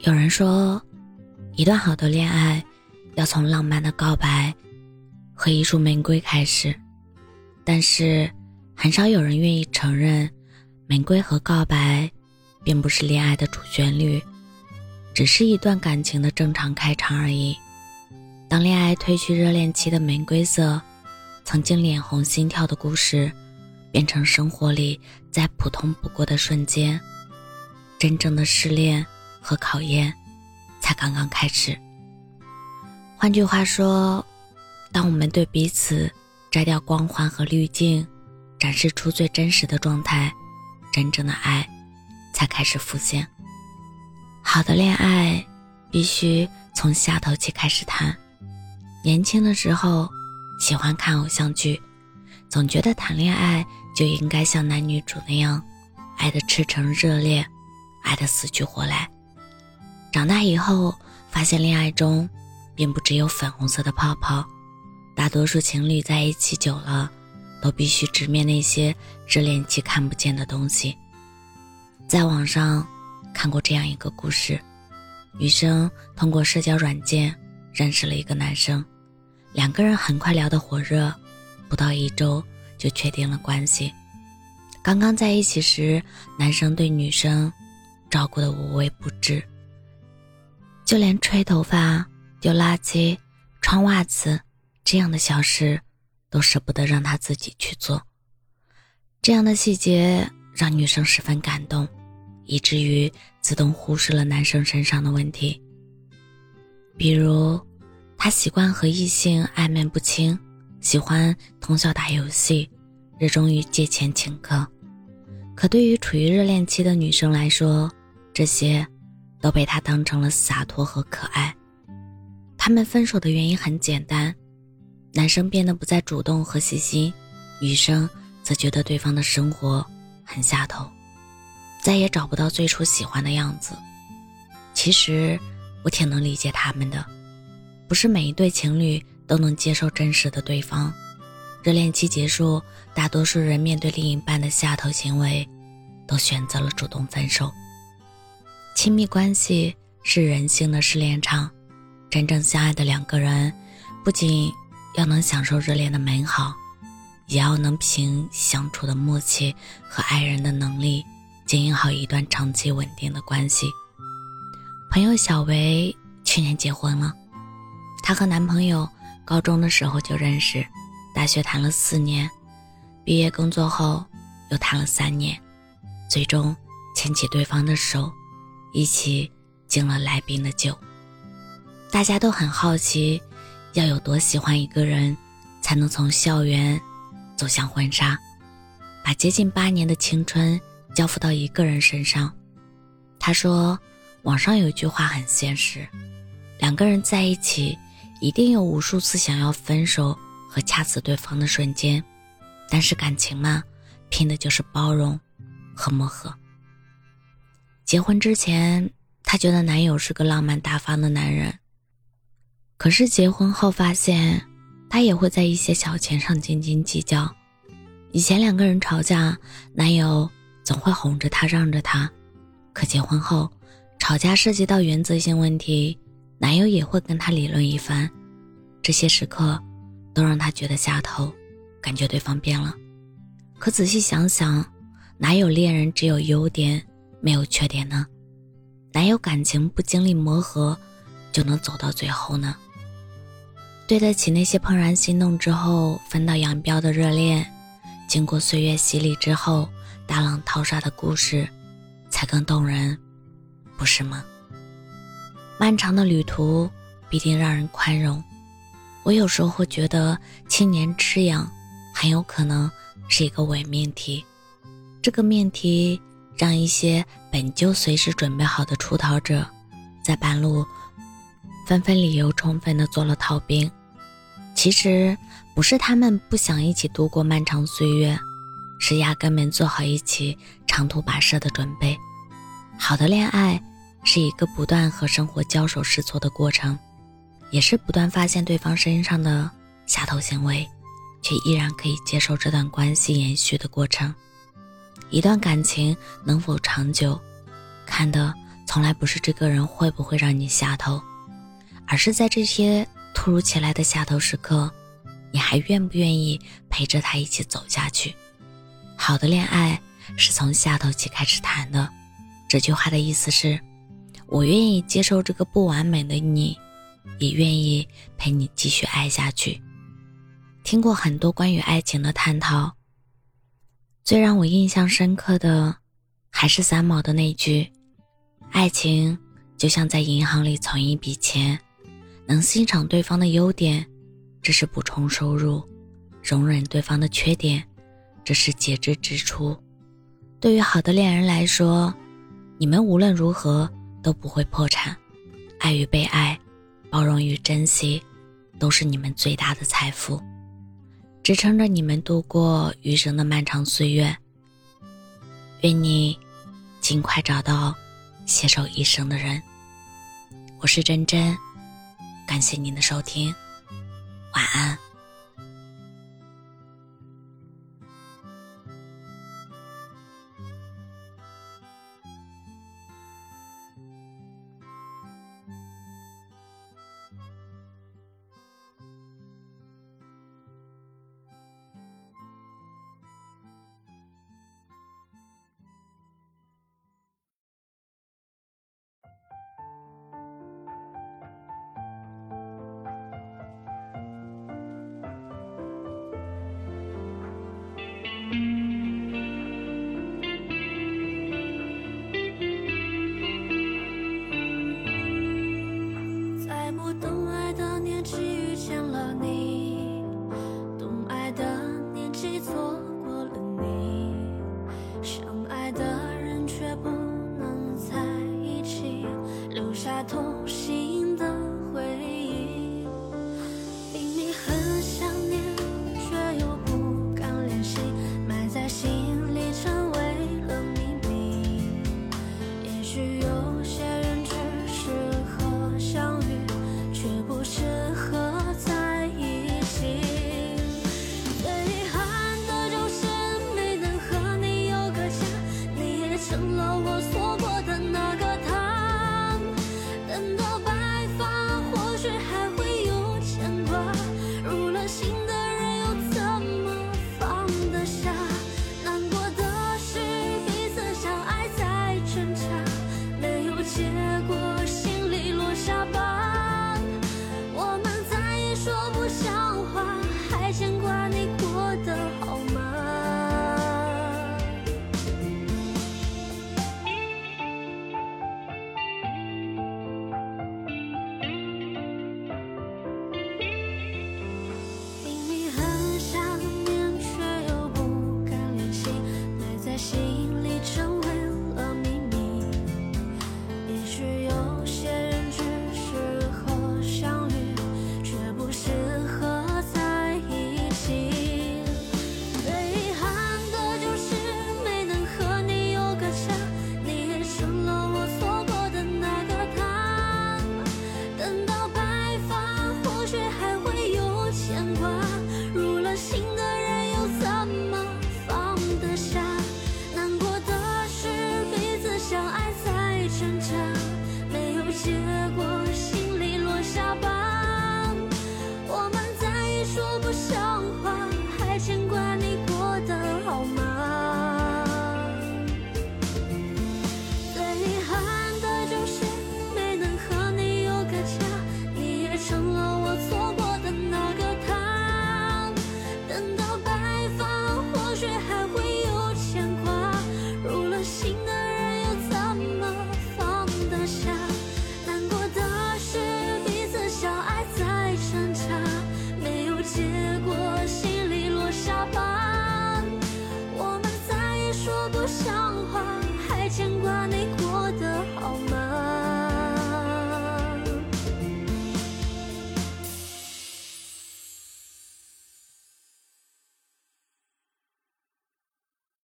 有人说，一段好的恋爱要从浪漫的告白和一束玫瑰开始，但是很少有人愿意承认，玫瑰和告白并不是恋爱的主旋律，只是一段感情的正常开场而已。当恋爱褪去热恋期的玫瑰色，曾经脸红心跳的故事变成生活里再普通不过的瞬间，真正的试炼和考验才刚刚开始。换句话说，当我们对彼此摘掉光环和滤镜，展示出最真实的状态，真正的爱才开始浮现。好的恋爱必须从下头期开始谈。年轻的时候喜欢看偶像剧，总觉得谈恋爱就应该像男女主那样，爱得赤诚热烈，爱得死去活来。长大以后发现恋爱中并不只有粉红色的泡泡，大多数情侣在一起久了都必须直面那些热恋期看不见的东西。在网上看过这样一个故事，女生通过社交软件认识了一个男生，两个人很快聊得火热，不到1周就确定了关系。刚刚在一起时，男生对女生照顾得无微不至，就连吹头发、丢垃圾、穿袜子这样的小事都舍不得让他自己去做。这样的细节让女生十分感动，以至于自动忽视了男生身上的问题。比如他习惯和异性暧昧不清，喜欢通宵打游戏，热衷于借钱请客。可对于处于热恋期的女生来说，这些都被他当成了洒脱和可爱。他们分手的原因很简单，男生变得不再主动和细心，女生则觉得对方的生活很下头，再也找不到最初喜欢的样子。其实我挺能理解他们的，不是每一对情侣都能接受真实的对方。热恋期结束，大多数人面对另一半的下头行为，都选择了主动分手。亲密关系是人性的试炼场，真正相爱的两个人，不仅要能享受热恋的美好，也要能凭相处的默契和爱人的能力，经营好一段长期稳定的关系。朋友小维去年结婚了，她和男朋友高中的时候就认识，大学谈了4年，毕业工作后又谈了3年，最终牵起对方的手，一起敬了来宾的酒。大家都很好奇，要有多喜欢一个人才能从校园走向婚纱，把接近8年的青春交付到一个人身上。他说，网上有一句话很现实，两个人在一起一定有无数次想要分手和掐死对方的瞬间，但是感情嘛，拼的就是包容和磨合。结婚之前，她觉得男友是个浪漫大方的男人，可是结婚后发现，他也会在一些小钱上斤斤计较。以前两个人吵架，男友总会哄着他让着他，可结婚后，吵架涉及到原则性问题，男友也会跟他理论一番。这些时刻都让他觉得下头，感觉对方变了。可仔细想想，哪有恋人只有优点没有缺点呢？哪有感情不经历磨合就能走到最后呢？对得起那些怦然心动之后分道扬镳的热恋，经过岁月洗礼之后大浪淘沙的故事才更动人，不是吗？漫长的旅途必定让人宽容。我有时候会觉得青年吃痒很有可能是一个伪命题，这个命题让一些本就随时准备好的出逃者在半路纷纷理由充分地做了逃兵。其实不是他们不想一起度过漫长岁月，是压根没做好一起长途跋涉的准备。好的恋爱是一个不断和生活交手试错的过程，也是不断发现对方身上的下头行为，却依然可以接受这段关系延续的过程。一段感情能否长久，看的从来不是这个人会不会让你下头，而是在这些突如其来的下头时刻，你还愿不愿意陪着他一起走下去。好的恋爱是从下头起开始谈的，这句话的意思是，我愿意接受这个不完美的你，也愿意陪你继续爱下去。听过很多关于爱情的探讨，最让我印象深刻的还是三毛的那句，爱情就像在银行里存一笔钱，能欣赏对方的优点，这是补充收入；容忍对方的缺点，这是节制支出。对于好的恋人来说，你们无论如何都不会破产，爱与被爱，包容与珍惜，都是你们最大的财富，支撑着你们度过余生的漫长岁月。愿你尽快找到携手一生的人。我是真真，感谢您的收听，晚安。 在不懂爱的年纪遇见了你，懂爱的年纪错过了你，相爱的人却不能在一起，留下痛心的回忆。明明很想念，却又不敢联系，埋在心里成为了秘密。也许有些人只适合相遇，却不适合在一起。最遗憾的就是没能和你有个家，你也成了我错过的那个他。等到白发，或许还会有牵挂，入了心的人又怎么放得下？难过的是彼此相爱在挣扎，没有结果，心里落下疤。我们再也说不上话，还牵挂你过得好吗？明明很想念，却又不敢联系，埋在心里成为了秘密。也许有些人只适合相遇，却不适合在一起。最遗憾的就是没能和你有个家，你也成了我错过的那个他。等到白发，或许还会有牵挂，入了心的人又怎么放得下？难过的是彼此相爱在挣扎，没有结果，心里落下疤。我们再也说不上话，还牵挂你过得好吗？最遗憾的就是没能和你有个家，你也成了我错过的那个他。等到白发，或许还会有牵挂，入了心的人又怎么放得下？难过的是彼此相爱在挣扎，没有结果，心里落下疤。我们再也说不上话，还牵挂你过